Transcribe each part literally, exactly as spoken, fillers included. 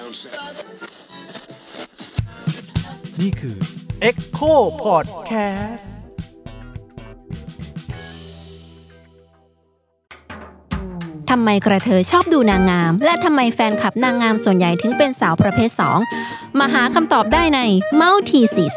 นี่คือ Echo Podcast ทำไมกระเทยชอบดูนางงามและทำไมแฟนคลับนางงามส่วนใหญ่ถึงเป็นสาวประเภทสองมาหาคำตอบได้ใน Multisis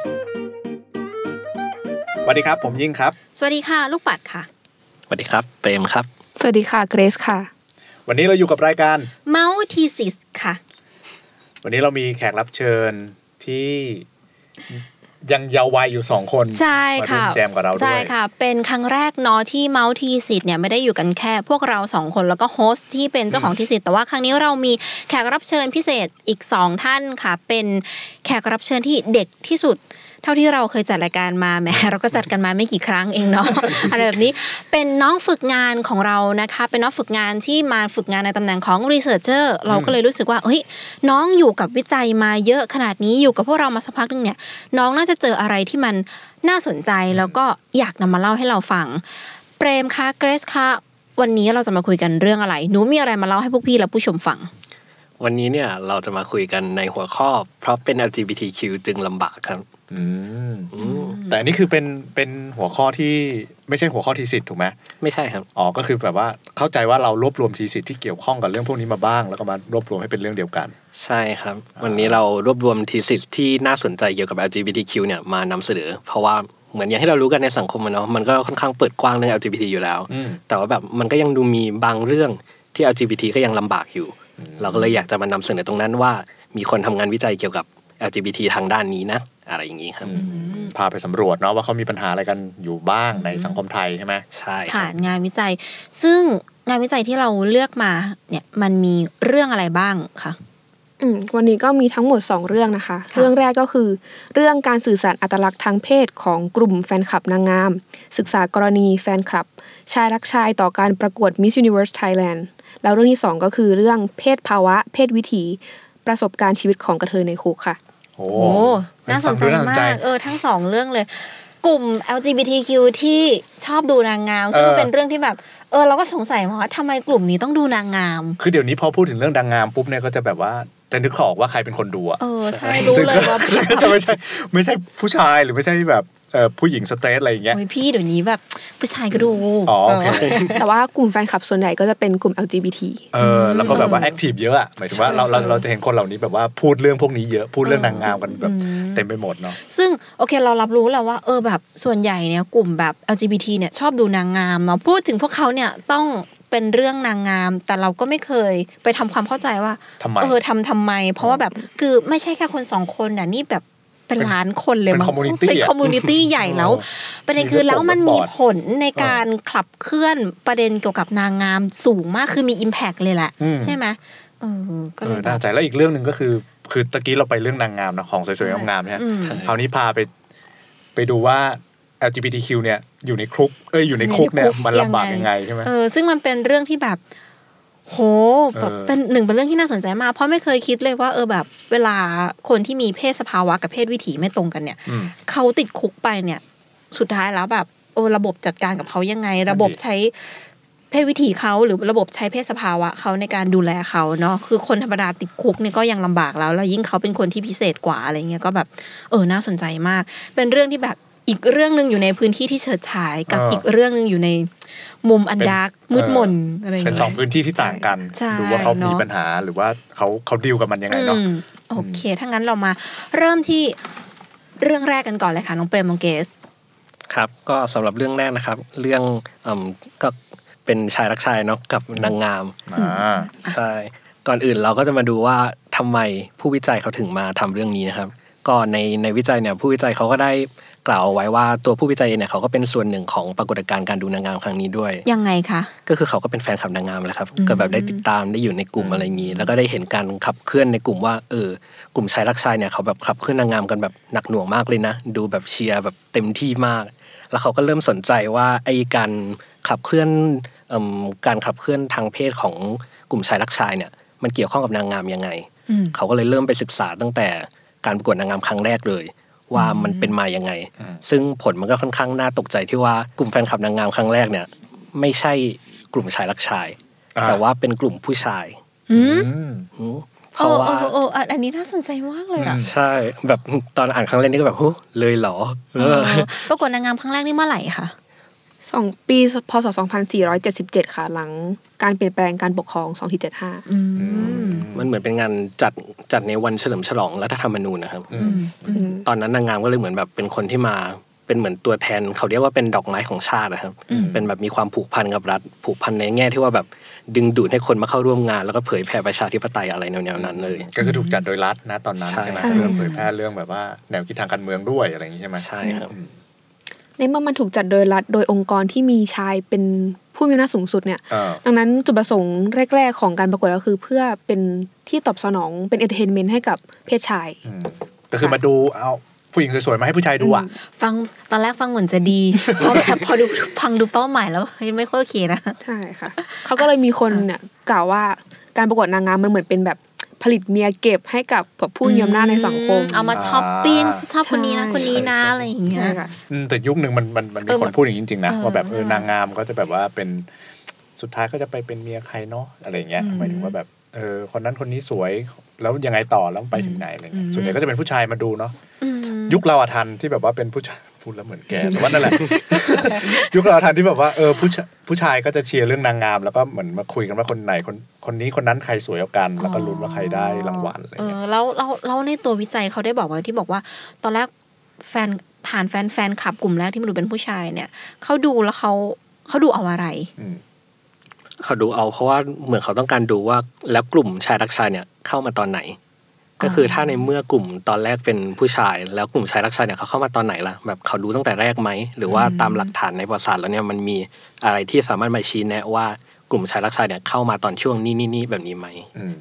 สวัสดีครับผมยิ่งครับสวัสดีค่ะลูกปัดค่ะสวัสดีครับเปรมครับสวัสดีค่ะเกรซค่ะวันนี้เราอยู่กับรายการ Multisis ค่ะวันนี้เรามีแขกรับเชิญที่ยังเยาว์วัยอยู่สองคนใช่ค่ะมาร่วมแจมกับเราด้วยใช่ค่ะเป็นครั้งแรกเนาะที่ Multisis เนี่ยไม่ได้อยู่กันแค่พวกเราสองคนแล้วก็โฮสต์ที่เป็นเจ้าของทีสิทธิ์แต่ว่าครั้งนี้เรามีแขกรับเชิญพิเศษอีกสองท่านค่ะเป็นแขกรับเชิญที่เด็กที่สุดเท่าที่เราเคยจัดรายการมาแหมเราก็จัดกันมาไม่กี่ครั้งเองเนาะ อะไรแบบนี้เป็นน้องฝึกงานของเรานะคะเป็นน้องฝึกงานที่มาฝึกงานในตำแหน่งของ researcher เราก็เลยรู้สึกว่าเฮ้ยน้องอยู่กับวิจัยมาเยอะขนาดนี้อยู่กับพวกเรามาสักพักนึงเนี่ยน้องน่าจะเจออะไรที่มันน่าสนใจแล้วก็อยากนำมาเล่าให้เราฟังเปรมคะเกรซคะวันนี้เราจะมาคุยกันเรื่องอะไรหนูมีอะไรมาเล่าให้พวกพี่และผู้ชมฟังวันนี้เนี่ยเราจะมาคุยกันในหัวข้อเพราะเป็น แอล จี บี ที คิว จึงลำบากครับอืมแต่อันนี้คือเป็นเป็นหัวข้อที่ไม่ใช่หัวข้อทีสิทธิ์ถูกไหมไม่ใช่ครับอ๋อก็คือแบบว่าเข้าใจว่าเรารวบรวมทีสิทธิ์ที่เกี่ยวข้องกับเรื่องพวกนี้มาบ้างแล้วก็มารวบรวมให้เป็นเรื่องเดียวกันใช่ครับวันนี้เรารวบรวมทีสิทธิ์ที่น่าสนใจเกี่ยวกับ แอล จี บี ที คิว เนี่ยมานำเสนอเพราะว่าเหมือนอย่างที่เรารู้กันในสังคมเนาะมันก็ค่อนข้างเปิดกว้างเรื่อง แอล จี บี ที อยู่แล้วแต่ว่าแบบมันก็ยังดูมีบางเรื่องที่ แอล จี บี ที ก็ยังลำบากอยู่เราก็เลยอยากจะมานำเสนอตรงนั้นว่ามีคนทำงานวิจัยเกี่ยวกับ แอล จี บี ที ทางด้านนี้นะอะไรอย่างนี้ครับพาไปสำรวจเนาะว่าเขามีปัญหาอะไรกันอยู่บ้างในสังคมไทยใช่ไหมใช่ผ่านงานวิจัยซึ่งงานวิจัยที่เราเลือกมาเนี่ยมันมีเรื่องอะไรบ้างคะอืมวันนี้ก็มีทั้งหมดสองเรื่องนะคะเรื่องแรกก็คือเรื่องการสื่อสารอัตลักษณ์ทางเพศของกลุ่มแฟนคลับนางงามศึกษากรณีแฟนคลับชายรักชายต่อการประกวด Miss Universe Thailand แล้วเรื่องที่สองก็คือเรื่องเพศภาวะเพศวิถีประสบการณ์ชีวิตของกระเทยในคุกค่ะโอ้น่าสนใจมากเออทั้งสองเรื่องเลยกลุ่ม แอล จี บี ที คิว ที่ชอบดูนางงามซึ่งเป็นเรื่องที่แบบเออเราก็สงสัยว่าทำไมกลุ่มนี้ต้องดูนางงามคือเดี๋ยวนี้พอพูดถึงเรื่องนางงามปุ๊บเนี่ยก็จะแบบว่าจะนึกออกว่าใครเป็นคนดูอ่ะเออใช่รู้เลยว่าจะไม่ใช่ไม่ใช่ผู้ชายหรือไม่ใช่แบบเอ่อผู้หญิงสเตรทอะไรอย่างเงี้ยโอ้ยพี่เดี๋ยวนี้แบบผู้ชายก็ดูอ๋อโอเคแต่ว่ากลุ่มแฟนคลับส่วนใหญ่ก็จะเป็นกลุ่ม แอล จี บี ทีเออแล้วก็แบบว่าแอคทีฟเยอะอ่ะหมายถึงว่าเราเราเราจะเห็นคนเหล่านี้แบบว่าพูดเรื่องพวกนี้เยอะพูดเรื่องนางงามกันแบบเต็มไปหมดเนาะซึ่งโอเคเรารับรู้แล้วว่าเออแบบส่วนใหญ่เนี่ยกลุ่มแบบ แอล จี บี ที เนี่ยชอบดูนางงามเนาะพูดถึงพวกเขาเนี่ยต้องเป็นเรื่องนางงามแต่เราก็ไม่เคยไปทำความเข้าใจว่าเออทำทำไมเพราะว่าแบบคือไม่ใช่แค่คนสองคนน่ะนี่แบบเป็นล้านคนเลยมั้งเป็นคอมมูนิตี้ใหญ่แล้วประเด็นคือแล้วมันมีผลในการขับเคลื่อนประเด็นเกี่ยวกับนางงามสูงมากคือมี impact เลยแหละใช่ไหมเออก็เลยน่าใจแล้วอีกเรื่องนึงก็คือคือตะกี้เราไปเรื่องนางงามนะของสวยๆงามๆเนี่ยคราวนี้พาไปไปดูว่า แอล จี บี ที คิว เนี่ยอยู่ในคุกเอ้ยอยู่ในคุกเนี่ยมันลำบากยังไงใช่ไหมเออซึ่งมันเป็นเรื่องที่แบบโหแบบเป็นหนึ่งเป็นเรื่องที่น่าสนใจมากเพราะไม่เคยคิดเลยว่าเออแบบเวลาคนที่มีเพศสภาวะกับเพศวิถีไม่ตรงกันเนี่ยเขาติดคุกไปเนี่ยสุดท้ายแล้วแบบโอ้ระบบจัดการกับเขายังไงระบบใช้เพศวิถีเขาหรือระบบใช้เพศสภาวะเขาในการดูแลเขาเนาะคือคนธรรมดาติดคุกเนี่ยก็ยังลำบากแล้วแล้วยิ่งเขาเป็นคนที่พิเศษกว่าอะไรเงี้ยก็แบบเออน่าสนใจมากเป็นเรื่องที่แบบอีกเรื่องนึงอยู่ในพื้นที่ที่เฉิดฉายกับอีกเรื่องนึงอยู่ในมุมอันดาร์กมืดมนอะไรอย่างเงี้ยเป็นสองพื้นที่ที่ต่างกันดูว่าเขามีปัญหาหรือว่าเขาเขาดีลกับมันยังไงเนาะโอเคถ้างั้นเรามาเริ่มที่เรื่องแรกกันก่อนเลยค่ะน้องเปรมน้องเกสครับก็สำหรับเรื่องแรกนะครับเรื่องอืมก็เป็นชายรักชายเนาะกับนางงามอ่าใช่ก่อนอื่นเราก็จะมาดูว่าทำไมผู้วิจัยเขาถึงมาทำเรื่องนี้นะครับก็ในในวิจัยเนี่ยผู้วิจัยเขาก็ได้กล่าวเอาไว้ว่าตัวผู้วิจัยเนี่ยเขาก็เป็นส่วนหนึ่งของปรากฏการณ์การดูนางงามครั้งนี้ด้วยยังไงคะก็คือเขาก็เป็นแฟนคลับนางงามแหละครับก็แบบได้ติดตามได้อยู่ในกลุ่มอะไรอย่างนี้แล้วก็ได้เห็นการขับเคลื่อนในกลุ่มว่าเออกลุ่มชายรักชายเนี่ยเขาแบบขับเคลื่อนนางงามกันแบบหนักหน่วงมากเลยนะดูแบบเชียร์แบบเต็มที่มากแล้วเขาก็เริ่มสนใจว่าไอ้การขับเคลื่อนการขับเคลื่อนทางเพศของกลุ่มชายรักชายเนี่ยมันเกี่ยวข้องกับนางงามยังไงเขาก็เลยเริ่มไปศึกษาตั้งแต่การประกวดนางงามครั้งแรกเลยว่ามันเป็นมายังไงซึ่งผลมันก็ค่อนข้างน่าตกใจที่ว่ากลุ่มแฟนคลับนางงามครั้งแรกเนี่ยไม่ใช่กลุ่มชายรักชายแต่ว่าเป็นกลุ่มผู้ชายเพราะว่าเอออันนี้น่าสนใจมากเลยอ่ะใช่แบบตอนอ่านครั้งแรกนี่ก็แบบฮู้เลยเหรอเออประกวดนางงามครั้งแรกนี่เมื่อไหร่คะสองปีพศสองพันสี่ร้อยเจ็ดสิบเจ็ดค่ะหลังการเปลี่ยนแปลงการปกครองสองพันสี่ร้อยเจ็ดสิบห้าอืมมันเหมือนเป็นงานจัดจัดในวันเฉลิมฉลองรัฐธรรมนูญนะครับตอนนั้นนางงามก็เลยเหมือนแบบเป็นคนที่มาเป็นเหมือนตัวแทนเขาเรียกว่าเป็นดอกไม้ของชาตินะครับเป็นแบบมีความผูกพันกับรัฐผูกพันในแง่ที่ว่าแบบดึงดูดให้คนมาเข้าร่วมงานแล้วก็เผยแผ่ประชาธิปไตยอะไรแนวๆนั้นเลยก็คือถูกจัดโดยรัฐนะตอนนั้นใช่ไหมเรื่องเผยแพร่เรื่องแบบว่าแนวคิดทางการเมืองด้วยอะไรอย่างนี้ใช่ไหมใช่ครับในเมื่อมันถูกจัดโดยรัฐโดยองค์กรที่มีชายเป็นผู้มีอำนาจสูงสุดเนี่ยดังนั้นจุดประสงค์แรกๆของการประกวดก็คือเพื่อเป็นที่ตอบสนองเป็นเอนเตอร์เทนเมนต์ให้กับเพศชายก็คือมาดูเอาผู้หญิงสวยๆมาให้ผู้ชายดูอ่ะฟังตอนแรกฟังเหมือนจะดีเพราะแบบพอดูฟังดูเป้าหมายแล้วไม่ค่อยโอเคนะใช่ค่ะเขาก็เลยมีคนเนี่ยกล่าวว่าการประกวดนางงามมันเหมือนเป็นแบบผลิตเมียเก็บให้กับผู้มีอำนาจในสังคมเอามาช้อปปิ้งชอบคนนี้นะคนนี้นะอะไรอย่างเงี้ยแต่ยุคนึงมันมันมันมีคนพูดอย่างนี้จริงๆนะว่าแบบเออนางงามก็จะแบบว่าเป็นสุดท้ายก็จะไปเป็นเมียใครเนาะอะไรเงี้ยหมายถึงว่าแบบเออคนนั้นคนนี้สวยแล้วยังไงต่อแล้วไปถึงไหนอะไรเงี้ยส่วนใหญ่ก็จะเป็นผู้ชายมาดูเนาะยุคเราอะทันที่แบบว่าเป็นผู้ชายพูดแล้วเหมือนแกแต่ว่านั่นแหละยุคเราทันที่แบบว่าเออผู้ผู้ชายก็จะเชียร์เรื่องนางงามแล้วก็เหมือนมาคุยกันว่าคนไหนคนคนนี้คนนั้นใครสวยกว่ากันแล้วก็ลุ้นว่าใครได้รางวัลอะไรเงี้ยแล้วแล้วแล้วในตัววิจัยเขาได้บอกว่าที่บอกว่าตอนแรกแฟนฐานแฟนแฟนคลับกลุ่มแรกที่มาดูเป็นผู้ชายเนี่ยเขาดูแล้วเขาเขาดูเอาอะไรเขาดูเอาเพราะว่าเหมือนเขาต้องการดูว่าแล้วกลุ่มชายรักชายเนี่ยเข้ามาตอนไหนก็คือถ้าในเมื่อกลุ่มตอนแรกเป็นผู้ชายแล้วกลุ่มชายรักชายเนี่ยเขาเข้ามาตอนไหนล่ะแบบเขาดูตั้งแต่แรกไหมหรือว่าตามหลักฐานในประวัติศาสตร์แล้วเนี่ยมันมีอะไรที่สามารถมาชี้แนะว่ากลุ่มชายรักชายเนี่ยเข้ามาตอนช่วงนี้นี่นี่แบบนี้ไหม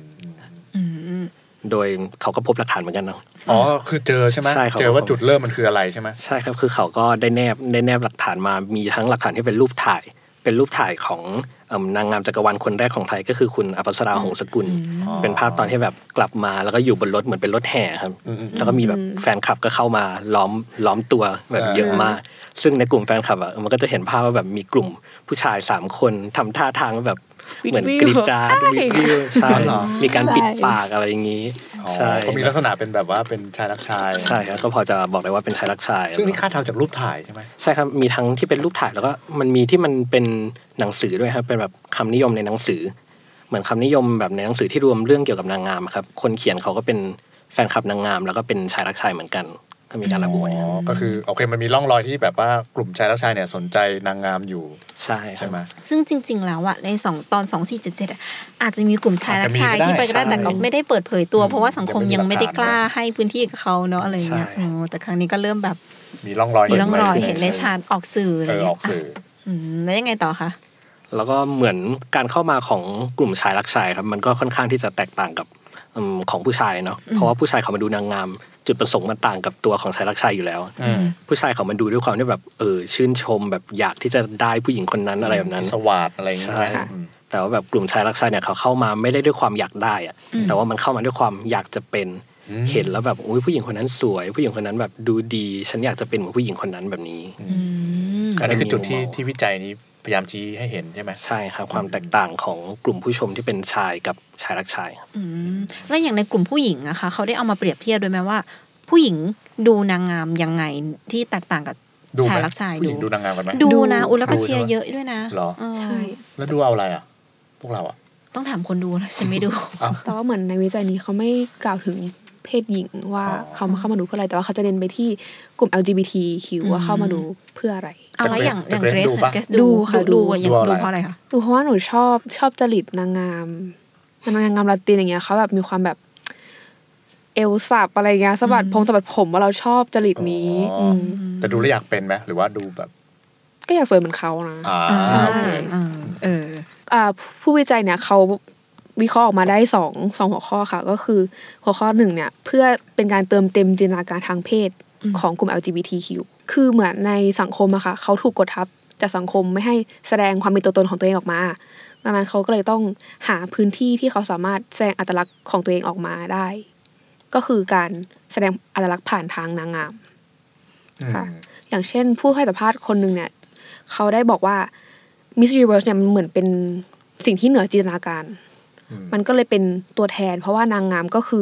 โดยเขาก็พบหลักฐานเหมือนกันเนาะอ๋อคือเจอใช่ไหมเจอว่าจุดเริ่มมันคืออะไรใช่ไหมใช่ครับคือเขาก็ได้แนบได้แนบหลักฐานมามีทั้งหลักฐานที่เป็นรูปถ่ายเป็นรูปถ่ายของนางงามจักรวาลคนแรกของไทยก็คือคุณอภัสราหงส์สกุลเป็นภาพตอนที่แบบกลับมาแล้วก็อยู่บนรถเหมือนเป็นรถแห่ครับแล้วก็มีแบบแฟนคลับก็เข้ามาล้อมล้อมตัวแบบเยอะมากซึ่งในกลุ่มแฟนคลับอ่ะมันก็จะเห็นภาพว่าแบบมีกลุ่มผู้ชายสามคนทำท่าทางแบบเหมือนกรีดกราดวิวใช่มีการปิดปากอะไรอย่างนี้ใช่ก็มีลักษณะเป็นแบบว่าเป็นชายรักชายใช่ครับก็พอจะบอกได้ว่าเป็นชายรักชายซึ่งนี่คาดเดาจากรูปถ่ายใช่ไหมใช่ครับมีทั้งที่เป็นรูปถ่ายแล้วก็มันมีที่มันเป็นหนังสือด้วยครับเป็นแบบคำนิยมในหนังสือเหมือนคำนิยมแบบในหนังสือที่รวมเรื่องเกี่ยวกับนางงามครับคนเขียนเขาก็เป็นแฟนคลับนางงามแล้วก็เป็นชายรักชายเหมือนกันก็มีการระบุไว้ก็คือโอเคมันมีร่องรอยที่แบบว่ากลุ่มชายรักชายเนี่ยสนใจนางงามอยู่ใช่ใช่ไหมซึ่งจริงๆแล้วอะในสองตอนสองสี่เจ็ดเจ็ดอาจจะมีกลุ่มชายรักชายที่ไปก็ได้แต่ก็ไม่ได้เปิดเผยตัวเพราะว่าสังคมยังไม่ได้กล้าให้พื้นที่กับเขาเนาะอะไรเงี้ยแต่ครั้งนี้ก็เริ่มแบบมีร่องรอยมีร่องรอยเห็นได้ชัดออกสื่ออะไรออกสื่อแล้วยังไงต่อคะแล้วก็เหมือนการเข้ามาของกลุ่มชายรักชายครับมันก็ค่อนข้างที่จะแตกต่างกับของผู้ชายเนาะเพราะว่าผู้ชายเขามาดูนางงามจุดประสงค์มันต่างกับตัวของชายรักชายอยู่แล้วผู้ชายเขามาดูด้วยความที่แบบเออชื่นชมแบบอยากที่จะได้ผู้หญิงคนนั้นอะไรแบบนั้นสวาดอะไรอย่างเงี้ยแต่ว่าแบบกลุ่มชายรักชายเนี่ยเขาเข้ามาไม่ได้ด้วยความอยากได้อะแต่ว่ามันเข้ามาด้วยความอยากจะเป็นเห็นแล้วแบบอุ้ยผู้หญิงคนนั้นสวยผู้หญิงคนนั้นแบบดูดีฉันอยากจะเป็นเหมือนผู้หญิงคนนั้นแบบนี้อันนี้คือจุดที่ที่วิจัยนี้พยายามชี้ให้เห็นใช่ไหมใช่ครับความแตกต่างของกลุ่มผู้ชมที่เป็นชายกับชายรักชายแล้วอย่างในกลุ่มผู้หญิงอะคะเขาได้เอามาเปรียบเทียบด้วยไหมว่าผู้หญิงดูนางงามยังไงที่แตกต่างกับชายรักชายผู้หญิงดูนางงามกันไหมดูนะอุแล้วก็เชียร์เยอะด้วยนะใช่แล้วดูเอาอะไรอ่ะพวกเราอ่ะต้องถามคนดูนะฉันไม่ดูแต่ว่าเหมือนในวิจัยนี้เขาไม่กล่าวถึงเพศหญิงว่าเขามาเข้ามาดูเพื่ออะไรแต่ว่าเขาจะเน้นไปที่กลุ่ม แอล จี บี ที คิว ว่าเข้ามาดูเพื่ออะไรเอาแล้วอย่างอย่างเกรซเกรซดูค่ะดูอย่างดูเพราะอะไรคะดูเพราะว่าหนูชอบชอบจริตนางงามนางงามลาตินอย่างเงี้ยเขาแบบมีความแบบเอลสับอะไรเงี้ยสะบัดผมสะบัดผมว่าเราชอบจริตนี้แต่ดูแล้วอยากเป็นไหมหรือว่าดูแบบก็อยากสวยเหมือนเขานะใช่เอออ่าผู้วิจัยเนี่ยเขาวิเคราะห์ออกมาได้สองสองหัวข้อค่ะก็คือหัวข้อหนึ่งเนี่ยเพื่อเป็นการเติมเต็มจินตนาการทางเพศของกลุ่ม แอล จี บี ที คิว คือเหมือนในสังคมอะค่ะเขาถูกกดทับจากสังคมไม่ให้แสดงความเป็นตัวตนของตัวเองออกมาดังนั้นเขาก็เลยต้องหาพื้นที่ที่เขาสามารถแสดงอัตลักษณ์ของตัวเองออกมาได้ก็คือการแสดงอัตลักษณ์ผ่านทางนางงามค่ะอย่างเช่นผู้ให้สัมภาษณ์คนนึงเนี่ยเขาได้บอกว่า Miss Universe เนี่ยมันเหมือนเป็นสิ่งที่เหนือจินตนาการมันก็เลยเป็นตัวแทนเพราะว่านางงามก็คือ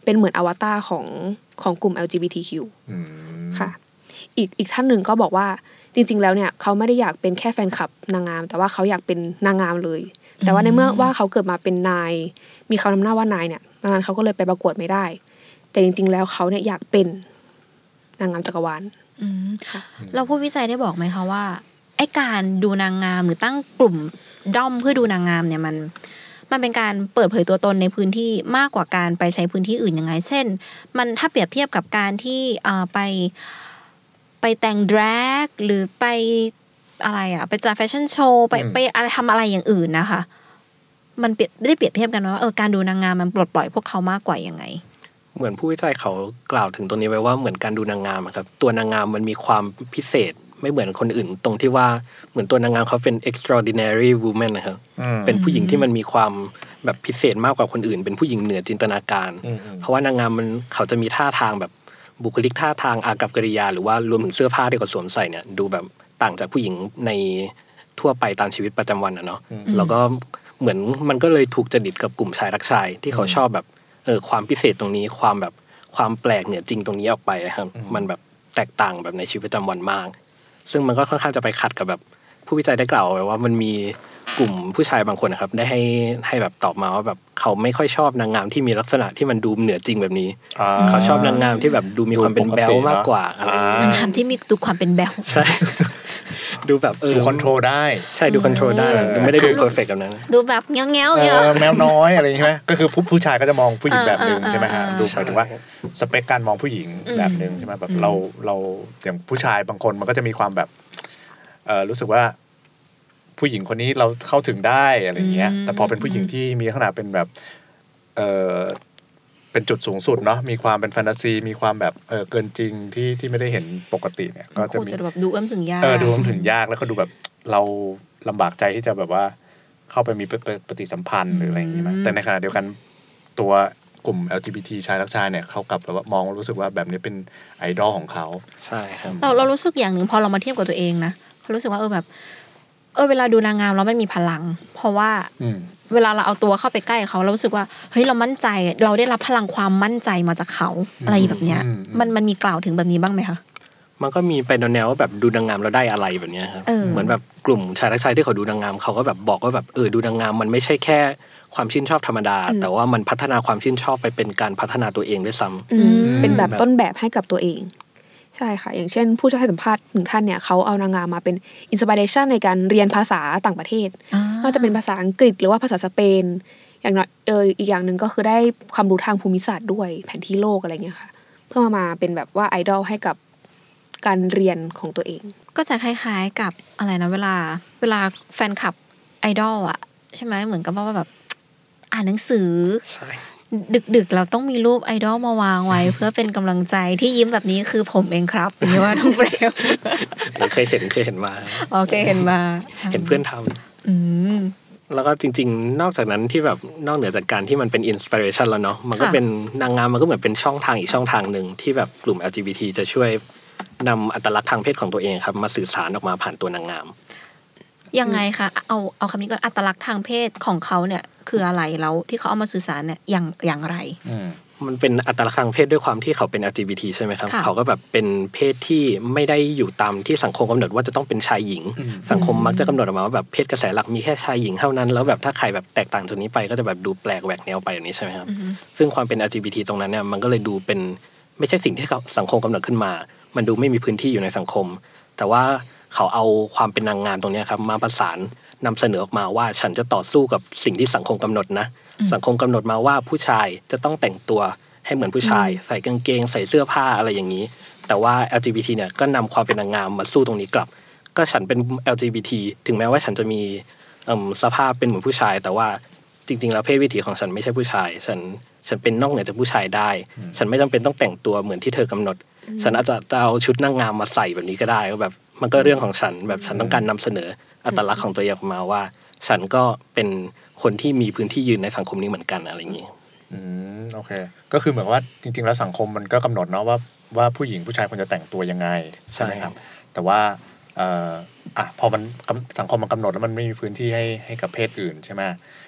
เป็นเหมือนอวตารของของกลุ่ม แอล จี บี ที คิวอืมค่ะอีกอีกท่านหนึ่งก็บอกว่าจริงๆแล้วเนี่ยเขาไม่ได้อยากเป็นแค่แฟนคลับนางงามแต่ว่าเขาอยากเป็นนางงามเลยแต่ว่าในเมื่อว่าเขาเกิดมาเป็นนายมีคำนำหน้าว่านายเนี่ยดังนั้นเขาก็เลยไปประกวดไม่ได้แต่จริงๆแล้วเขาเนี่ยอยากเป็นนางงามจักรวาลอืมเราผู้วิจัยได้บอกไหมคะว่าไอ้การดูนางงามหรือตั้งกลุ่มด้อมเพื่อดูนางงามเนี่ยมันมันเป็นการเปิดเผยตัวตนในพื้นที่มากกว่าการไปใช้พื้นที่อื่นยังไงเช่นมันถ้าเปรียบเทียบกับการที่เอ่อไปไปแต่งดรากหรือไปอะไรอ่ะไปจัดแฟชั่นโชว์ไปไปอะไรทำอะไรอย่างอื่นนะคะมันเปรียบได้เปรียบเทียบกันว่าเออการดูนางงามมันปลดปล่อยพวกเขามากกว่ายังไงเหมือนผู้วิจัยเขากล่าวถึงตรงนี้ไว้ว่าเหมือนการดูนางงามครับตัวนางงามมันมีความพิเศษไม่เหมือนคนอื่นตรงที่ว่าเหมือนตัวนางงามเขาเป็น extraordinary woman นะครับเป็นผู้หญิงที่มันมีความแบบพิเศษมากกว่าคนอื่นเป็นผู้หญิงเหนือจินตนาการเพราะว่านางงามมันเขาจะมีท่าทางแบบบุคลิกท่าทางอากัปกิริยาหรือว่ารวมถึงเสื้อผ้าที่เขาสวมใส่เนี่ยดูแบบต่างจากผู้หญิงในทั่วไปตามชีวิตประจำวันอ่ะเนาะแล้วก็เหมือนมันก็เลยถูกจริตกับกลุ่มชายรักชายที่เขาชอบแบบเออความพิเศษตรงนี้ความแบบความแปลกเหนือจริงตรงนี้ออกไปครับมันแบบแตกต่างแบบในชีวิตประจำวันมากซึ่งมันก็ค่อนข้างจะไปขัดกับแบบผู้วิจัยได้กล่าวไว้ว่ามันมีกลุ่มผู้ชายบางคนนะครับได้ให้ให้แบบตอบมาว่าแบบเขาไม่ค่อยชอบนางงามที่มีลักษณะที่มันดูเหนือจริงแบบนี้เขาชอบนางงามที่แบบดูมีความเป็นแบลมากกว่าอะไรนางงามที่มีดูความเป็นแบลใช่ดูแบบเออดูคอนโทรลได้ใช่ดูคอนโทรลได้ดูไม่ได้ดูเพอร์เฟคแบบนั้นดูแบบเงี้ยวเงี้ยวแมวน้อยอะไรอย่างเงี้ยใช่ไหมก็คือผู้ผู้ชายก็จะมองผู้หญิงแบบนึงใช่ไหมฮะดูหมายถึงว่าสเปคการมองผู้หญิงแบบนึงใช่ไหมแบบเราเราอย่างผู้ชายบางคนมันก็จะมีความแบบเออรู้สึกว่าผู้หญิงคนนี้เราเข้าถึงได้อะไรเงี้ยแต่พอเป็นผู้หญิงที่มีลักษณะเป็นแบบเออเป็นจุดสูงสุดเนาะมีความเป็นแฟนตาซีมีความแบบเออเกินจริงที่ที่ไม่ได้เห็นปกติเนี่ยก็จะมีแบบดูเอื้อมถึงยากเออดูเอื้อมถึงยากแล้วก็ดูแบบเราลำบากใจที่จะแบบว่าเข้าไปมีปฏิสัมพันธ์หรืออะไรอย่างงี้มั้ยแต่ในขณะเดียวกันตัวกลุ่ม แอล จี บี ที ชายรักชายเนี่ยเขากลับแบบว่ามองรู้สึกว่าแบบนี้เป็นไอดอลของเขาใช่ครับเราเรารู้สึกอย่างนึงพอเรามาเทียบกับตัวเองนะเขารู้สึกว่าเออแบบเออเวลาดูนางงามแล้วมันมีพลังเพราะว่าเวลาเราเอาตัวเข้าไปใกล้เขาเรารู้สึกว่าเฮ้ยเรามั่นใจเราได้รับพลังความมั่นใจมาจากเขาอะไรแบบเนี้ยมันมันมีกล่าวถึงแบบนี้บ้างไหมคะมันก็มีไปแนวๆว่าแบบดูนางงามแล้วได้อะไรแบบนี้ครับเหมือนแบบกลุ่มชายรักชายที่เขาดูนางงามเขาก็แบบบอกว่าแบบเออดูนางงามมันไม่ใช่แค่ความชื่นชอบธรรมดาแต่ว่ามันพัฒนาความชื่นชอบไปเป็นการพัฒนาตัวเองด้วยซ้ำเป็นแบบต้นแบบให้กับตัวเองใช่ค่ะอย่างเช่นผู้ให้สัมภาษณ์หนึ่งท่านเนี่ยเขาเอานางงามมาเป็นอินสปิเรชันในการเรียนภาษาต่างประเทศไม่ว่าจะเป็นภาษาอังกฤษหรือว่าภาษาสเปนอย่างน้อยเอออีกอย่างนึงก็คือได้ความรู้ทางภูมิศาสตร์ด้วยแผนที่โลกอะไรเงี้ยค่ะเพื่อมามาเป็นแบบว่าไอดอลให้กับการเรียนของตัวเองก็จะคล้ายๆกับอะไรนะเวลาเวลาแฟนคลับไอดอลอ่ะใช่ไหมเหมือนกับว่าแบบอ่านหนังสือใช่ดึกๆเราต้องมีรูปไอดอลมาวางไว้เพื่อเป็นกำลังใจที่ยิ้มแบบนี้คือผมเองครับหรือว่าน้องเปรมเคยเห็นเคยเห็นมาโอเคเห็นมาเห็นเพื่อนทำอืมแล้วก็จริงๆนอกจากนั้นที่แบบนอกเหนือจากการที่มันเป็นอินสปิเรชันแล้วเนาะมันก็เป็นนางงามมันก็เหมือนเป็นช่องทางอีกช่องทางนึงที่แบบกลุ่ม แอล จี บี ที จะช่วยนำอัตลักษณ์ทางเพศของตัวเองครับมาสื่อสารออกมาผ่านตัวนางงามยังไงคะเอาเอาคำนี้ก่อนอัตลักษณ์ทางเพศของเขาเนี่ยคืออะไรแล้วที่เขาเอามาสื่อสารเนี่ยอย่างอย่างไรมันเป็นอัตลักษณ์ทางเพศด้วยความที่เขาเป็น แอล จี บี ที ใช่ไหมครับเขาก็แบบเป็นเพศที่ไม่ได้อยู่ตามที่สังคมกำหนดว่าจะต้องเป็นชายหญิงสังคมมักจะกำหนดออกมาว่าแบบเพศกระแสหลักมีแค่ชายหญิงเท่านั้นแล้วแบบถ้าใครแบบแตกต่างจากนี้ไปก็จะแบบดูแปลกแหวกแนวไปแบบนี้ใช่ไหมครับซึ่งความเป็น แอล จี บี ที ตรงนั้นเนี่ยมันก็เลยดูเป็นไม่ใช่สิ่งที่สังคมกำหนดขึ้นมามันดูไม่มีพื้นที่อยู่ในสังคมแต่ว่าเขาเอาความเป็นนางงามตรงนี้ครับมาประสานนำเสนอออกมาว่าฉันจะต่อสู้กับสิ่งที่สังคมกำหนดนะสังคมกำหนดมาว่าผู้ชายจะต้องแต่งตัวให้เหมือนผู้ชายใส่กางเกงใส่เสื้อผ้าอะไรอย่างนี้แต่ว่า แอล จี บี ที เนี่ยก็นำความเป็นนางงามมาสู้ตรงนี้กลับก็ฉันเป็น แอล จี บี ที ถึงแม้ว่าฉันจะมีสภาพเป็นเหมือนผู้ชายแต่ว่าจริงๆแล้วเพศวิถีของฉันไม่ใช่ผู้ชายฉันฉันเป็นนอกเหนือจากผู้ชายได้ฉันไม่จำเป็นต้องแต่งตัวเหมือนที่เธอกำหนดฉันอาจจะจะเอาชุดนางงามมาใส่แบบนี้ก็ได้ก็แบบมันก็เรื่องของฉันแบบฉันต้องการนำเสนออัตลักษณ์ของตัวเองออกมาว่าฉันก็เป็นคนที่มีพื้นที่ยืนในสังคมนี้เหมือนกันอะไรอย่างนี้อืมโอเคก็คือเหมือนว่าจริงๆแล้วสังคมมันก็กำหนดเนาะว่าว่าผู้หญิงผู้ชายควรจะแต่งตัวยังไงใช่ไหมครับแต่ว่าเอ่ออ่ะพอมันสังคมมันกำหนดแล้วมันไม่มีพื้นที่ให้ให้กับเพศอื่นใช่ไหม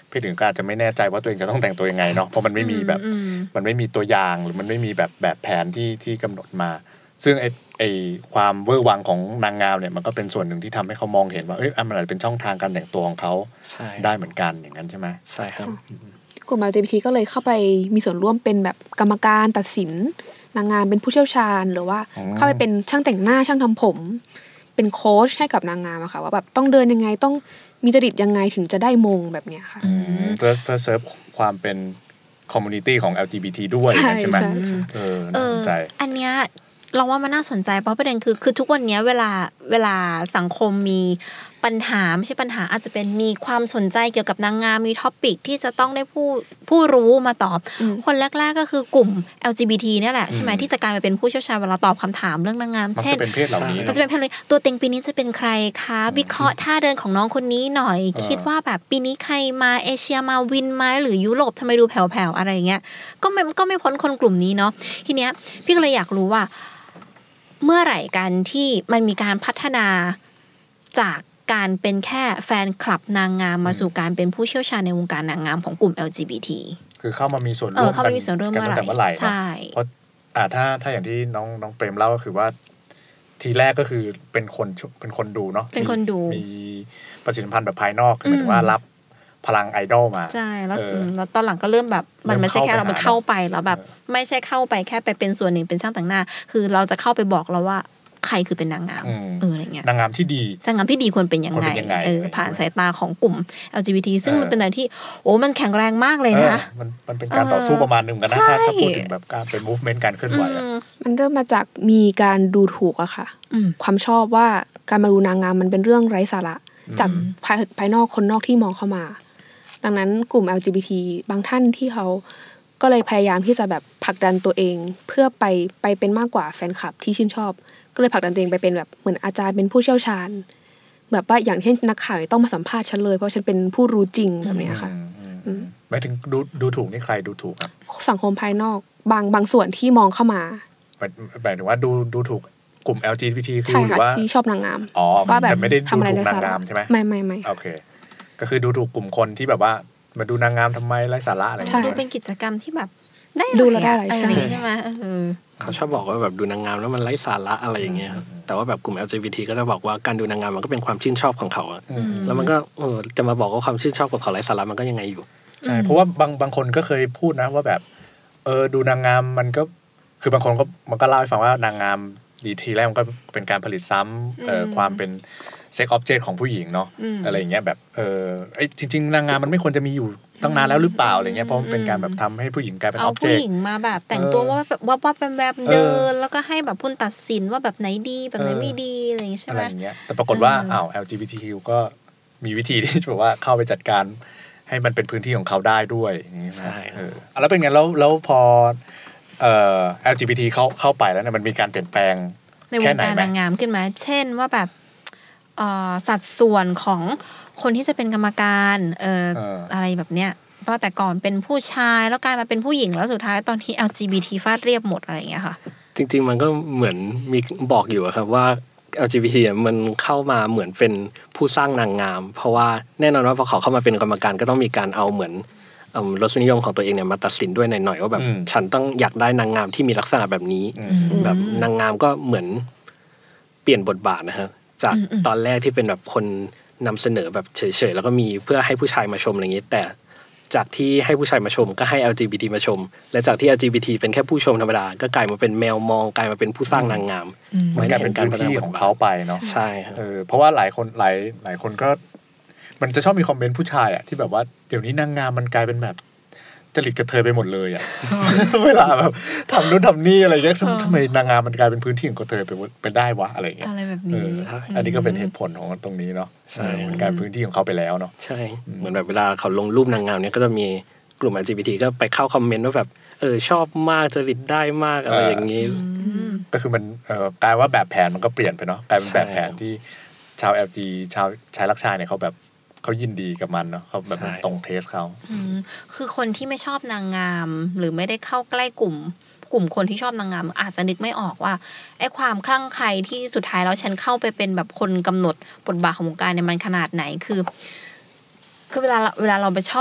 พี่ถึงก็อาจจะไม่แน่ใจว่าตัวเองจะต้องแต่งตัวยังไงเนาะเพราะมันไม่มีแบบมันไม่มีตัวอย่างหรือมันไม่มีแบบแบบแผนที่ที่กำหนดมาซึ่งไอ้ไอ้ความเวอร์วังของนางงามเนี่ยมันก็เป็นส่วนหนึ่งที่ทำให้เขามองเห็นว่าเอ้ยมันอาจจะเป็นช่องทางการแต่งตัวของเขาได้เหมือนกันอย่างนั้นใช่ไหมใช่ครับกลุ่ม แอล จี บี ที ก็เลยเข้าไปมีส่วนร่วมเป็นแบบกรรมการตัดสินนางงามเป็นผู้เชี่ยวชาญหรือว่าเข้าไปเป็นช่างแต่งหน้าช่างทำผมเป็นโค้ชให้กับนางงามอะค่ะว่าแบบต้องเดินยังไงต้องมีจริตยังไงถึงจะได้มงแบบเนี้ยค่ะเพื่อเพื่อเซิร์ฟความเป็นคอมมูนิตี้ของ แอล จี บี ที ด้วยใช่ไหมเออน่าสนใจอันเนี้ยเราว่ามันน่าสนใจเพราะประเด็นคือคือทุกวันนี้เวลาเวลาสังคมมีปัญหาไม่ใช่ปัญหาอาจจะเป็นมีความสนใจเกี่ยวกับนางงามมีท็อปิกที่จะต้องได้ผู้ผู้รู้มาตอบคนแรกๆก็คือกลุ่ม แอล จี บี ที เนี่ยแหละใช่ไหมที่จะกลายมาเป็นผู้เชี่ยวชาญเวลาตอบคำถามเรื่องนางงามเช่นเป็นเพศเหล่านี้ก็จะเป็นเพศเลยตัวเต็งปีนี้จะเป็นใครคะวิเคราะห์ท่าเดินของน้องคนนี้หน่อยคิดว่าแบบปีนี้ใครมาเอเชียมาวินมาหรือยุโรปทำไมดูแผ่วๆอะไรเงี้ยก็ไม่ก็ไม่พ้นคนกลุ่มนี้เนาะทีเนี้ยพี่ก็เลยอยากรู้ว่าเมื่อไหร่กันที่มันมีการพัฒนาจากการเป็นแค่แฟนคลับนางงามมาสู่การเป็นผู้เชี่ยวชาญในวงการนางงามของกลุ่ม แอล จี บี ทีคือเข้ามามีส่วนร่วมกันกันตั้งแต่เมื่อไหร่ใช่เพราะอ่าถ้าถ้าอย่างที่น้องน้องเปรมเล่าก็คือว่าทีแรกก็คือเป็นคนเป็นคนดูเนาะเป็นคนดูมีประสิทธิพันธ์แบบภายนอกคือหมายถึงว่ารับพลังไอดอลมาใช่แล้วแล้วตอนหลังก็เริ่มแบบมันไม่ใช่แค่เราไปเข้าไปแล้วแบบไม่ใช่เข้าไปแค่ไปเป็นส่วนหนึ่งเป็นช่างแต่งหน้าคือเราจะเข้าไปบอกเราว่าใครคือเป็นนางงามเอออะไรเงี้ยนางงามที่ดีนางงามที่ดีควรเป็นยังไงเออผ่านสายตาของกลุ่ม แอล จี บี ที ซึ่งมันเป็นอะไรที่โอ้มันแข็งแรงมากเลยนะมันมันเป็นการต่อสู้ประมาณนึงกันนะถ้าถ้าพูดถึงแบบการเป็น movement การเคลื่อนไหวมันเริ่มมาจากมีการดูถูกอะค่ะความชอบว่าการมาดูนางงามมันเป็นเรื่องไร้สาระจากภายภายนอกคนนอกที่มองเข้ามาดังนั้นกลุ่ม แอล จี บี ที บางท่านที่เขาก็เลยพยายามที่จะแบบผลักดันตัวเองเพื่อไปไปเป็นมากกว่าแฟนคลับที่ชื่นชอบก็เลยผลักดันตัวเองไปเป็นแบบเหมือนอาจารย์เป็นผู้เชี่ยวชาญแบบว่าอย่างที่นักข่าวต้องมาสัมภาษณ์ฉันเลยเพราะฉันเป็นผู้รู้จริงแบบนี้ค่ะหมายถึงดูดูถูกนี่ใครดูถูกครับสังคมภายนอกบางบางส่วนที่มองเข้ามาหมายถึงว่าดูดูถูกกลุ่ม แอล จี บี ที คือหรือว่าที่ชอบนางงามอ๋อแต่ไม่ได้ดูถูกนางงามใช่ไหมไม่ไม่ไม่โอเคก็คือดูถูกกลุ่มคนที่แบบว่ามาดูนางงามทำไมไร้สาระอะไรอย่างเงี้ยดูเป็นกิจกรรมที่แบบได้ดูแล้วได้อะไรใช่ไหมเขาชอบบอกว่าแบบดูนางงามแล้วมันไร้สาระอะไรอย่างเงี้ยแต่ว่าแบบกลุ่ม แอล จี บี ที ก็จะบอกว่าการดูนางงามมันก็เป็นความชื่นชอบของเขาอะแล้วมันก็เออจะมาบอกว่าความชื่นชอบของเขาไร้สาระมันก็ยังไงอยู่ใช่เพราะว่าบางบางคนก็เคยพูดนะว่าแบบเออดูนางงามมันก็คือบางคนก็มันก็เล่าให้ฟังว่านางงามดีทีแรกมันก็เป็นการผลิตซ้ำเอ่อความเป็นเซ็กออบเจกต์ของผู้หญิงเนาะอะไรอย่างเงี้ยแบบเออไอ้จริงๆนางงามมันไม่ควรจะมีอยู่ตั้งนานแล้วหรือเปล่าอะไรเงี้ยเพราะมันเป็นการแบบทำให้ผู้หญิงกลายเป็นออบเจกต์เอาผู้หญิงมาแบบแต่งตัวว่าแบบว่าว่าเป็นแบบเดินแล้วก็ให้แบบผู้ตัดสินว่าแบบไหนดีแบบไหนไม่ดีอะไรอย่างเงี้ยใช่ไหมอะไรอย่างเงี้ยแต่ปรากฏว่าอ้าว แอล จี บี ที คิว ก็มีวิธีที่แบบว่าเข้าไปจัดการให้มันเป็นพื้นที่ของเขาได้ด้วยอย่างงี้ใช่เออแล้วเป็นไงแล้วแล้วพอเอ่อ แอล จี บี ที เข้าเข้าไปแล้วเนี่ยมันมีการเปลี่ยนแปลงในวงการนางงามขึ้นมาเช่นว่าแบบเอ่อสัดส่วนของคนที่จะเป็นกรรมการเอ่ออะไรแบบเนี้ยเพราะแต่ก่อนเป็นผู้ชายแล้วกลายมาเป็นผู้หญิงแล้วสุดท้ายตอนที่ แอล จี บี ที ฟาดเรียบหมดอะไรอย่างเงี้ยค่ะจริงๆมันก็เหมือนมีบอกอยู่ครับว่า แอล จี บี ที มันเข้ามาเหมือนเป็นผู้สร้างนางงามเพราะว่าแน่นอนว่าพอเขาเข้ามาเป็นกรรมการก็ต้องมีการเอาเหมือนรสนิยมของตัวเองเนี่ยมาตัดสินด้วยหน่อยๆว่าแบบฉันต้องอยากได้นางงามที่มีลักษณะแบบนี้แบบนางงามก็เหมือนเปลี่ยนบทบาทนะฮะจากตอนแรกที่เป็นแบบคนนำเสนอแบบเฉยๆแล้วก็มีเพื่อให้ผู้ชายมาชมอะไรอย่างนี้แต่จากที่ให้ผู้ชายมาชมก็ให้ แอล จี บี ที มาชมและจากที่ แอล จี บี ที เป็นแค่ผู้ชมธรรมดาก็กลายมาเป็นแมวมองกลายมาเป็นผู้สร้างนางงามมันกลายเป็นพื้นที่ของเขาไปเนาะใช่เออเพราะว่าหลายคนหลายหลายคนก็มันจะชอบมีคอมเมนต์ผู้ชายอ่ะที่แบบว่าเดี๋ยวนี้นางงามมันกลายเป็นแบบจริตกระเทยไปหมดเลยอ่ะเวลาแบบทำนู่นทำนี่อะไรเงี้ยทำไมนางงามมันกลายเป็นพื้นที่ของกระเทยไปไปได้วะอะไรเงี้ยอะไรแบบนี้อันนี้ก็เป็นเหตุผลของตรงนี้เนาะใช่มันกลายพื้นที่ของเขาไปแล้วเนาะใช่เหมือนแบบเวลาเขาลงรูปนางงามเนี่ยก็จะมีกลุ่ม แอล จี บี ที ก็ไปเข้าคอมเมนต์ว่าแบบเออชอบมากจริตได้มากอะไรอย่างนี้ก็คือมันเอ่อกลายว่าแบบแผนมันก็เปลี่ยนไปเนาะกลายเป็นแบบแผนที่ชาว แอล จี ชาวชายรักชายเนี่ยเขาแบบเขายินดีกับมันเนาะเขาแบบตรงเทสเขาคือคนที่ไม่ชอบนางงามหรือไม่ได้เข้าใกล้กลุ่มกลุ่มคนที่ชอบนางงามอาจจะนึกไม่ออกว่าไอ้ความคลั่งไคล้ที่สุดท้ายแล้วฉันเข้าไปเป็นแบบคนกำหนดบทบาทของวงการเนี่ยมันขนาดไหนคือคือเวลาเวลาเราไปชอบ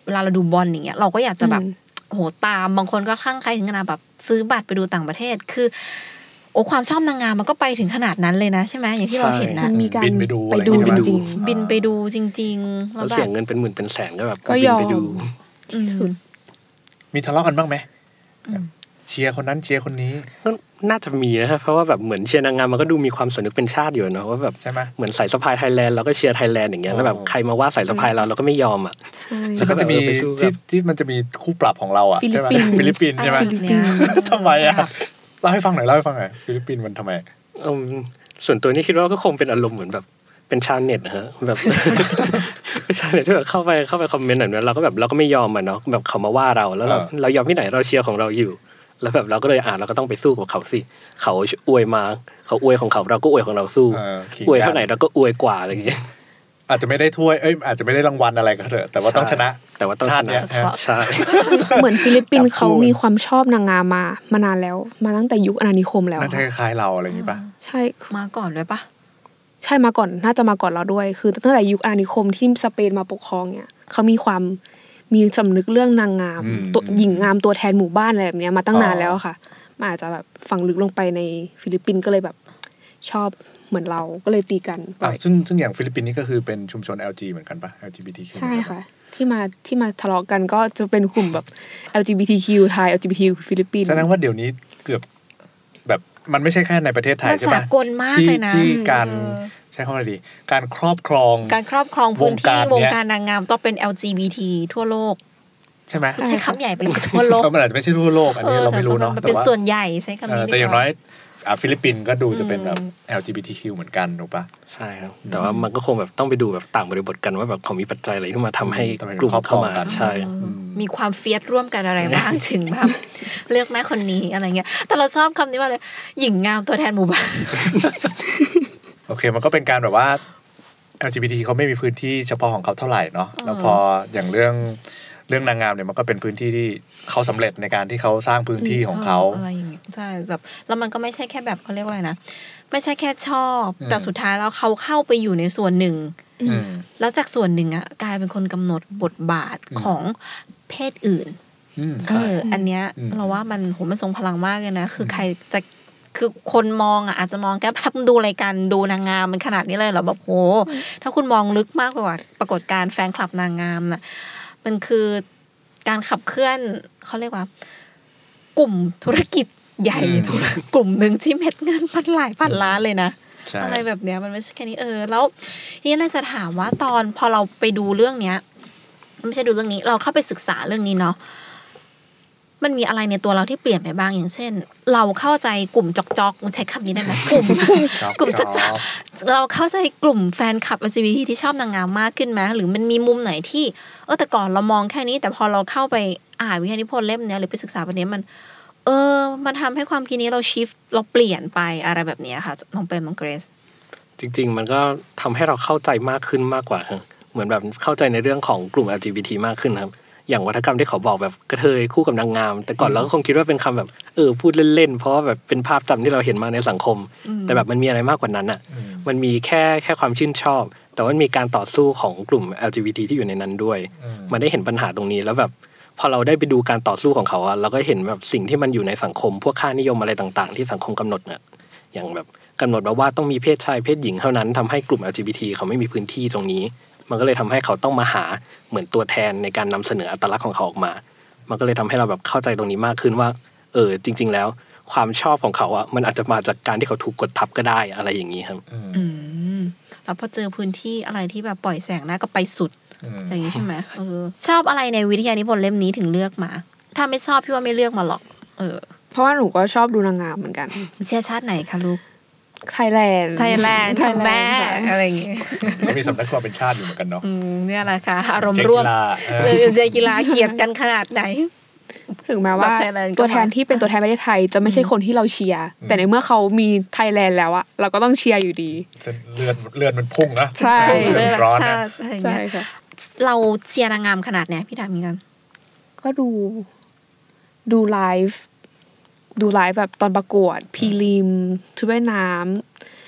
เวลาเราดูบอลอย่างเงี้ยเราก็อยากจะแบบโอ้โหตามบางคนก็คลั่งไคล้ถึงขนาดแบบซื้อบัตรไปดูต่างประเทศคือโอ้ความชอบนางงามมันก็ไปถึงขนาดนั้นเลยนะใช่ไหมอย่างที่เราเห็นนะมีการบินไปดูไปดูจริงบินไปดูจริงๆแล้วแบบเสียเงินเป็นหมื่นเป็นแสนก็แบบก็ยอมบินไปดูที่สุดมีทะเลาะกันบ้างไหมเชียร์คนนั้นเชียร์คนนี้ก็น่าจะมีนะครับเพราะว่าแบบเหมือนเชียร์นางงามมันก็ดูมีความสนึกเป็นชาติอยู่เนาะว่าแบบเหมือนสายสะพายไทยแลนด์เราก็เชียร์ไทยแลนด์อย่างเงี้ยแล้วแบบใครมาว่าสายสะพายเราเราก็ไม่ยอมอ่ะแล้วก็จะมีที่ที่มันจะมีคู่ปรับของเราอ่ะใช่ไหมฟิลิปปินส์ใช่ไหมทำไมอ่ะเล่าให้ฟังหน่อยเล่าให้ฟังหน่อยฟิลิปปินส์มันทำไมส่วนตัวนี้คิดว่าก็คงเป็นอารมณ์เหมือนแบบเป็นชาวเน็ตนะฮะแบบเป็นชาวเน็ตที่แบบเข้าไปเข้าไปคอมเมนต์แบบนั้นเราก็แบบเราก็ไม่ยอมอ่ะเนาะแบบเขามาว่าเราแล้วเราเรายอมที่ไหนเราเชียร์ของเราอยู่แล้วแบบเราก็เลยอ่านเราก็ต้องไปสู้กับเขาสิเขาอวยมาเขาอวยของเขาเราก็อวยของเราสู้อวยเท่าไหร่เราก็อวยกว่าอะไรอย่างเงี้ยอาจจะไม่ได้ถ้วยเอ้ยอาจจะไม่ได้รางวัลอะไรก็เถอะแต่ว่าต้องชนะแต่ว่าต้องชนะใช่เหมือนฟิลิปปินส์เขามีความชอบนางงามมามานานแล้วมาตั้งแต่ยุคอาณานิคมแล้วน่าจะคล้ายเราอะไรอย่างงี้ป่ะใช่มาก่อนเลยป่ะใช่มาก่อนน่าจะมาก่อนเราด้วยคือตั้งแต่ยุคอาณานิคมที่สเปนมาปกครองเนี่ยเขามีความมีสำนึกเรื่องนางงามตัวหญิงงามตัวแทนหมู่บ้านอะไรแบบนี้มาตั้งนานแล้วค่ะมันอาจจะแบบฝังลึกลงไปในฟิลิปปินส์ก็เลยแบบชอบเหมือนเราก็เลยตีกันซึ่งซึ่งอย่างฟิลิปปินส์นี่ก็คือเป็นชุมชน แอล จี เหมือนกันป่ะ แอล จี บี ที คิวใช่ค่ะที่มาที่มาทะเลาะกันก็จะเป็นกลุ่มแบบ แอล จี บี ที คิว ไทย แอล จี บี ที คิว ฟิลิปปินส์แสดงว่าเดี๋ยวนี้เกือบแบบมันไม่ใช่แค่ในประเทศไทยใช่ป่ะมันสากลมากเลยนะที่การใช้คำว่าดีการครอบครองการครอบครองพื้นที่วงการนางงามต้องเป็น แอล จี บี ที ทั่วโลกใช่ไหมใช้คำใหญ่ไปเลยทั่วโลกมันอาจจะไม่ใช่ทั่วโลกอันนี้เราไม่รู้เนาะแต่เป็นส่วนใหญ่ใช้คำนี้แต่อย่างน้อยฟิลิปปินส์ก็ดูจะเป็นแบบ แอล จี บี ที คิว เหมือนกันถูกปะใช่ครับแต่ว่ามันก็คงแบบต้องไปดูแบบต่างบริบทกันว่าแบบเขามีปัจจัยอะไรที่มาทำให้กลุ่มเข้ามาใช่มีความเฟียสร่วมกันอะไรบ้างถึงแบบเลือกแม่คนนี้อะไรเงี้ยแต่เราชอบคำนี้ว่าเลยหญิงงามตัวแทนหมู่บ้านโอเคมันก็เป็นการแบบว่า แอล จี บี ที เขาไม่มีพื้นที่เฉพาะของเขาเท่าไหร่เนาะแล้วพออย่างเรื่องเรื่องนางงามเนี่ยมันก็เป็นพื้นที่ที่เขาสำเร็จในการที่เขาสร้างพื้นที่ของเขาอะไรอย่างเงี้ยใช่แบบแล้วมันก็ไม่ใช่แค่แบบเขาเรียกว่าอะไรนะไม่ใช่แค่ชอบแต่สุดท้ายแล้วเขาเข้าไปอยู่ในส่วนหนึ่งแล้วจากส่วนหนึ่งอ่ะกลายเป็นคนกำหนดบทบาทของเพศอื่นเอออันเนี้ยเราว่ามันโหมันทรงพลังมากเลยนะคือใครจะคือคนมองอ่ะอาจจะมองแค่ภาพดูรายการดูนางงามมันขนาดนี้เลยเหรอแบบโหถ้าคุณมองลึกมากกว่าปรากฏการณ์แฟนคลับนางงามน่ะมันคือการขับเคลื่อนเขาเรียกว่ากลุ่มธุรกิจใหญ่กลุ่มหนึ่งที่เม็ดเงินมันหลายพันล้านเลยนะอะไรแบบเนี้ยมันไม่ใช่แค่นี้เออแล้วทีนี้น่าจะถามว่าตอนพอเราไปดูเรื่องเนี้ยไม่ใช่ดูเรื่องนี้เราเข้าไปศึกษาเรื่องนี้เนาะมันมีอะไรในตัวเราที่เปลี่ยนไปบ้างอย่างเช่นเราเข้าใจกลุ่มจอกจอกใช้คำนี้ได้ไหมกลุ่มกลุ่มจอกจอกเราเข้าใจกลุ่มแฟนคลับ แอล จี บี ที ที่ชอบนางงามมากขึ้นไหมหรือมันมีมุมไหนที่เออแต่ก่อนเรามองแค่นี้แต่พอเราเข้าไปอ่านวิทยานิพนธ์เล่มเนี้ยหรือไปศึกษาประเด็นมันเออมันทำให้ความคิดนี้เราชิฟเราเปลี่ยนไปอะไรแบบนี้ค่ะน้องเป็นน้องเกรซจริงๆมันก็ทำให้เราเข้าใจมากขึ้นมากกว่าเหมือนแบบเข้าใจในเรื่องของกลุ่ม แอล จี บี ที มากขึ้นครับอย่างวัฒกรรมที่เขาบอกแบบกระเทยคู่กับนางงามแต่ก่อนเราก็คงคิดว่าเป็นคำแบบเออพูดเล่นๆเพราะว่าแบบเป็นภาพจำที่เราเห็นมาในสังคมแต่แบบมันมีอะไรมากกว่านั้นอ่ะมันมีแค่แค่ความชื่นชอบแต่ว่ามีการต่อสู้ของกลุ่ม แอล จี บี ที ที่อยู่ในนั้นด้วยมันได้เห็นปัญหาตรงนี้แล้วแบบพอเราได้ไปดูการต่อสู้ของเขาอะเราก็เห็นแบบสิ่งที่มันอยู่ในสังคมพวกค่านิยมอะไรต่างๆที่สังคมกำหนดเนี่ยอย่างแบบกำหนดมาว่าต้องมีเพศชายเพศหญิงเท่านั้นทำให้กลุ่ม แอล จี บี ที เขาไม่มีพื้นที่ตรงนี้มันก็เลยทำให้เขาต้องมาหาเหมือนตัวแทนในการนำเสนออัตลักษณ์ของเขาออกมามันก็เลยทำให้เราแบบเข้าใจตรงนี้มากขึ้นว่าเออจริงๆแล้วความชอบของเขาอะมันอาจจะมาจากการที่เขาถูกกดทับก็ได้อะไรอย่างนี้ครับอืมแล้วพอเจอพื้นที่อะไรที่แบบปล่อยแสงได้ก็ไปสุดอะไรอย่างนี้ใช่ไหมเออชอบอะไรในวิทยานิพนธ์เล่มนี้ถึงเลือกมาถ้าไม่ชอบพี่ว่าไม่เลือกมาหรอกเออเพราะว่าหนูก็ชอบดูนางงามเหมือนกันเชื้อชาติไหนคะลูกไทยแลนด์ไทยแลนด์ทั้งแม่อะไรอย่างเงี้ยก็มีสำนักความเป็นชาติอยู่เหมือนกันเนาะอืมเนี่ยแหละค่ะอารมณ์ร่วมเออเจกีฬาเกลียดกันขนาดไหนถึงแม้ว่าตัวแทนที่เป็นตัวแทนประเทศไทยจะไม่ใช่คนที่เราเชียร์แต่ในเมื่อเขามีไทยแลนด์แล้วอะเราก็ต้องเชียร์อยู่ดีเลือดเลือดมันพุ่งนะใช่เลือดร้อนนะใช่ค่ะเราเชียร์นางงามขนาดไหนพี่ถามเหมือนกันก็ดูดูไลฟ์ดูไลฟ์แบบตอนประกวดพรีลิมชุดว่ายน้ำ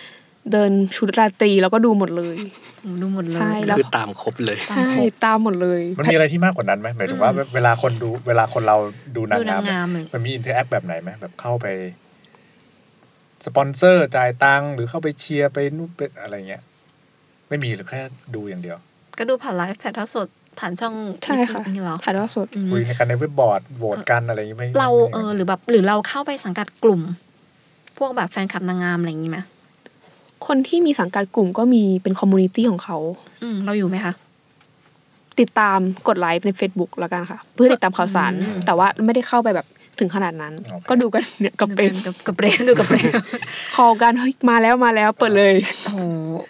เดินชุดราตรีแล้วก็ดูหมดเลยดูหมดเลยใช่แล้วคือตามครบเลยใช่ตามหมดเลยมันมีอะไรที่มากกว่านั้นไหมหมายถึงว่าเวลาคนดูเวลาคนเราดูนางงามมันมีอินเทอร์แอคแบบไหนไหมแบบเข้าไปสปอนเซอร์จ่ายตังค์หรือเข้าไปเชียร์ไปนู่นไปอะไรเงี้ยไม่มีหรือแค่ดูอย่างเดียวก็ดูผ่านไลฟ์ถ่ายทอดสดผ่านช่องใช่ค่ะถ่ายทอดสดคุยกันในเว็บบอร์ดโหวตกันอะไรอย่างงี้ไม่เราเออหรือแบบหรือเราเข้าไปสังกัดกลุ่มพวกแบบแฟนคลับนางงามอะไรอย่างงี้ไหมคนที่มีสังกัดกลุ่มก็มีเป็นคอมมูนิตี้ของเขาอืมเราอยู่ไหมคะติดตามกดไลค์ใน Facebook แล้วกันค่ะเพื่อติดตามข่าวสารแต่ว่าไม่ได้เข้าไปแบบถึงขนาดนั้นก็ดูกันเนี่ยกับเปรมกับเปรมดูกับเปรมคอลกันเฮ้ยมาแล้วมาแล้วเปิดเลยโอ้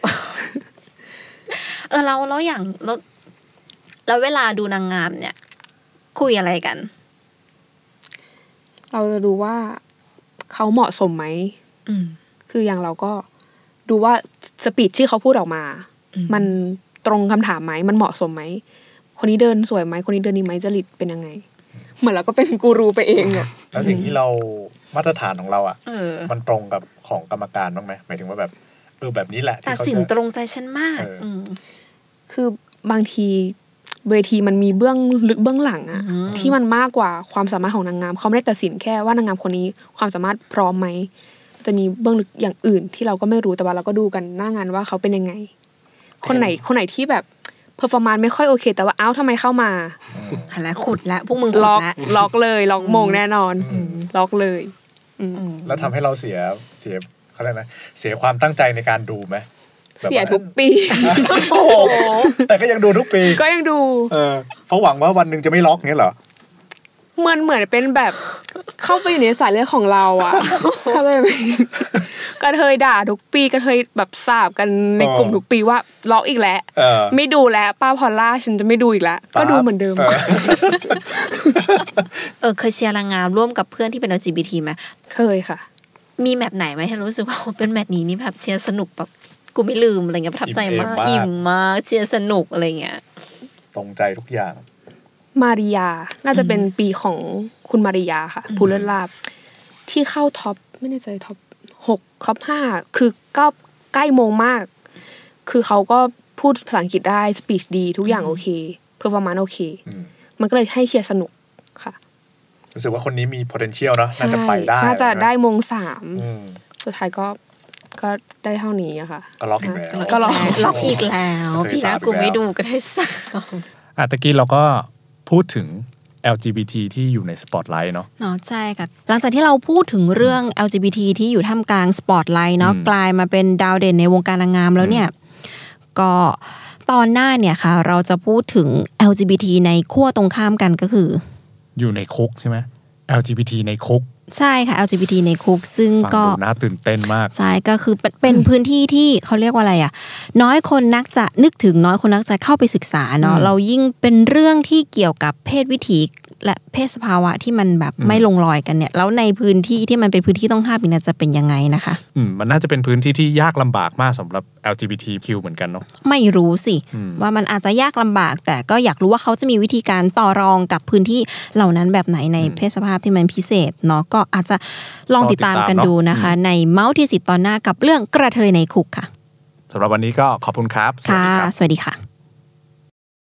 เออเราแล้วอย่างแล้วแล้วเวลาดูนางงามเนี่ยคุยอะไรกันเราจะดูว่าเขาเหมาะสมไหมคืออย่างเราก็ดูว่าสปีดที่เขาพูดออกมามันตรงคำถามไหมมันเหมาะสมไหมคนนี้เดินสวยไหมคนนี้เดินดีไหมจริตเป็นยังไงเหมือนเราก็เป็นกูรูไปเองอ่ะแล้วสิ่งที่เรามาตรฐานของเราอ่ะมันตรงกับของกรรมการบ้างไหมหมายถึงว่าแบบเออแบบนี้แหละแต่สินตรงใจฉันมากคือบางทีเวทีมันมีเบื้องลึกเบื้องหลังอะที่มันมากกว่าความสามารถของนางงามเขาไม่ได้ตัดสินแค่ว่านางงามคนนี้ความสามารถพร้อมไหมจะมีเบื้องลึกอย่างอื่นที่เราก็ไม่รู้แต่ว่าเราก็ดูกันหน้างานว่าเขาเป็นยังไงคนไหนคนไหนที่แบบเพอร์ฟอร์มานซ์ไม่ค่อยโอเคแต่ว่าเอ้าทำไมเข้ามาแล้วขุดแล้วพวกมึงขุดแล้วล็อกเลยล็อกมงแน่นอนล็อกเลยแล้วทำให้เราเสียเสียเขาเรียกนะเสียความตั้งใจในการดูไหมเสียทุกปีโอ้แต่ก็ยังดูทุกปีก็ยังดูเออเพราะหวังว่าวันนึงจะไม่ล็อกเงี้ยเหรอเหมือนเหมือนเป็นแบบเข้าไปอยู่ในสายเลือดของเราอ่ะเข้าไปกระเทยด่าทุกปีกระเทยแบบสาบกันในกลุ่มทุกปีว่าล็อกอีกแล้วไม่ดูแล้วป้าพอลล่าฉันจะไม่ดูอีกแล้วก็ดูเหมือนเดิมเออเคยเชียร์นางงามร่วมกับเพื่อนที่เป็น แอล จี บี ที มั้ยเคยค่ะมีแมตช์ไหนมั้ยที่รู้สึกว่าเป็นแมตช์นี้นี่แบบเชียร์สนุกแบบกูไม่ลืมอะไรเงี้ยประทับใจมากอิ่มมากเชียร์สนุกอะไรเงี้ยตรงใจทุกอย่างมาริยาน่าจะเป็นปีของคุณมาริยาค่ะภูเลิศลาภที่เข้าท็อปไม่แน่ใจท็อปหกท็อปห้าคือก็ใกล้โมงมากคือเขาก็พูดภาษาอังกฤษได้สปีชดีทุกอย่างโอเคเพอร์ฟอร์มานซ์โอเคมันก็เลยให้เชียร์สนุกค่ะรู้สึกว่าคนนี้มี potential เนาะน่าจะไปได้น่าจะได้โมงสามสุดท้ายก็ก็ได้เท่านี้อะค่ะก็ล็อกอีกแล้วก็ล็อกล็อกอีกแล้วพี่นะกูไม่ดูก็ได้สักอ่ะตะกี้เราก็พูดถึง แอล จี บี ที ที่อยู่ในสปอตไลท์เนาะเนาะใช่ค่ะหลังจากที่เราพูดถึงเรื่อง แอล จี บี ที ที่อยู่ท่ามกลางสปอตไลท์เนาะกลายมาเป็นดาวเด่นในวงการนางงามแล้วเนี่ยก็ตอนหน้าเนี่ยค่ะเราจะพูดถึง แอล จี บี ที ในขั้วตรงข้ามกันก็คืออยู่ในคุกใช่ไหม แอล จี บี ที ในคุกใช่ค่ะ แอล จี บี ที ในคุกซึ่งก็ฟังดูน่าตื่นเต้นมากใช่ก็คือเป็นพื้นที่ที่เขาเรียกว่าอะไรอ่ะน้อยคนนักจะนึกถึงน้อยคนนักจะเข้าไปศึกษาเนาะเรายิ่งเป็นเรื่องที่เกี่ยวกับเพศวิถีและเพศสภาวะที่มันแบบไม่ลงรอยกันเนี่ยแล้วในพื้นที่ที่มันเป็นพื้นที่ต้องห้ามเนี่ยจะเป็นยังไงนะคะอืมมันน่าจะเป็นพื้นที่ที่ยากลำบากมากสำหรับ แอล จี บี ที คิว เหมือนกันเนาะไม่รู้สิว่ามันอาจจะยากลำบากแต่ก็อยากรู้ว่าเขาจะมีวิธีการต่อรองกับพื้นที่เหล่านั้นแบบไหนในเพศสภาพที่มันพิเศษเนาะก็อาจจะลองติดตามกันดูนะคะในเมาส์ที่สิบตอนหน้ากับเรื่องกระเทยในคุกค่ะสำหรับวันนี้ก็ขอบคุณครับค่ะสวัสดีค่ะ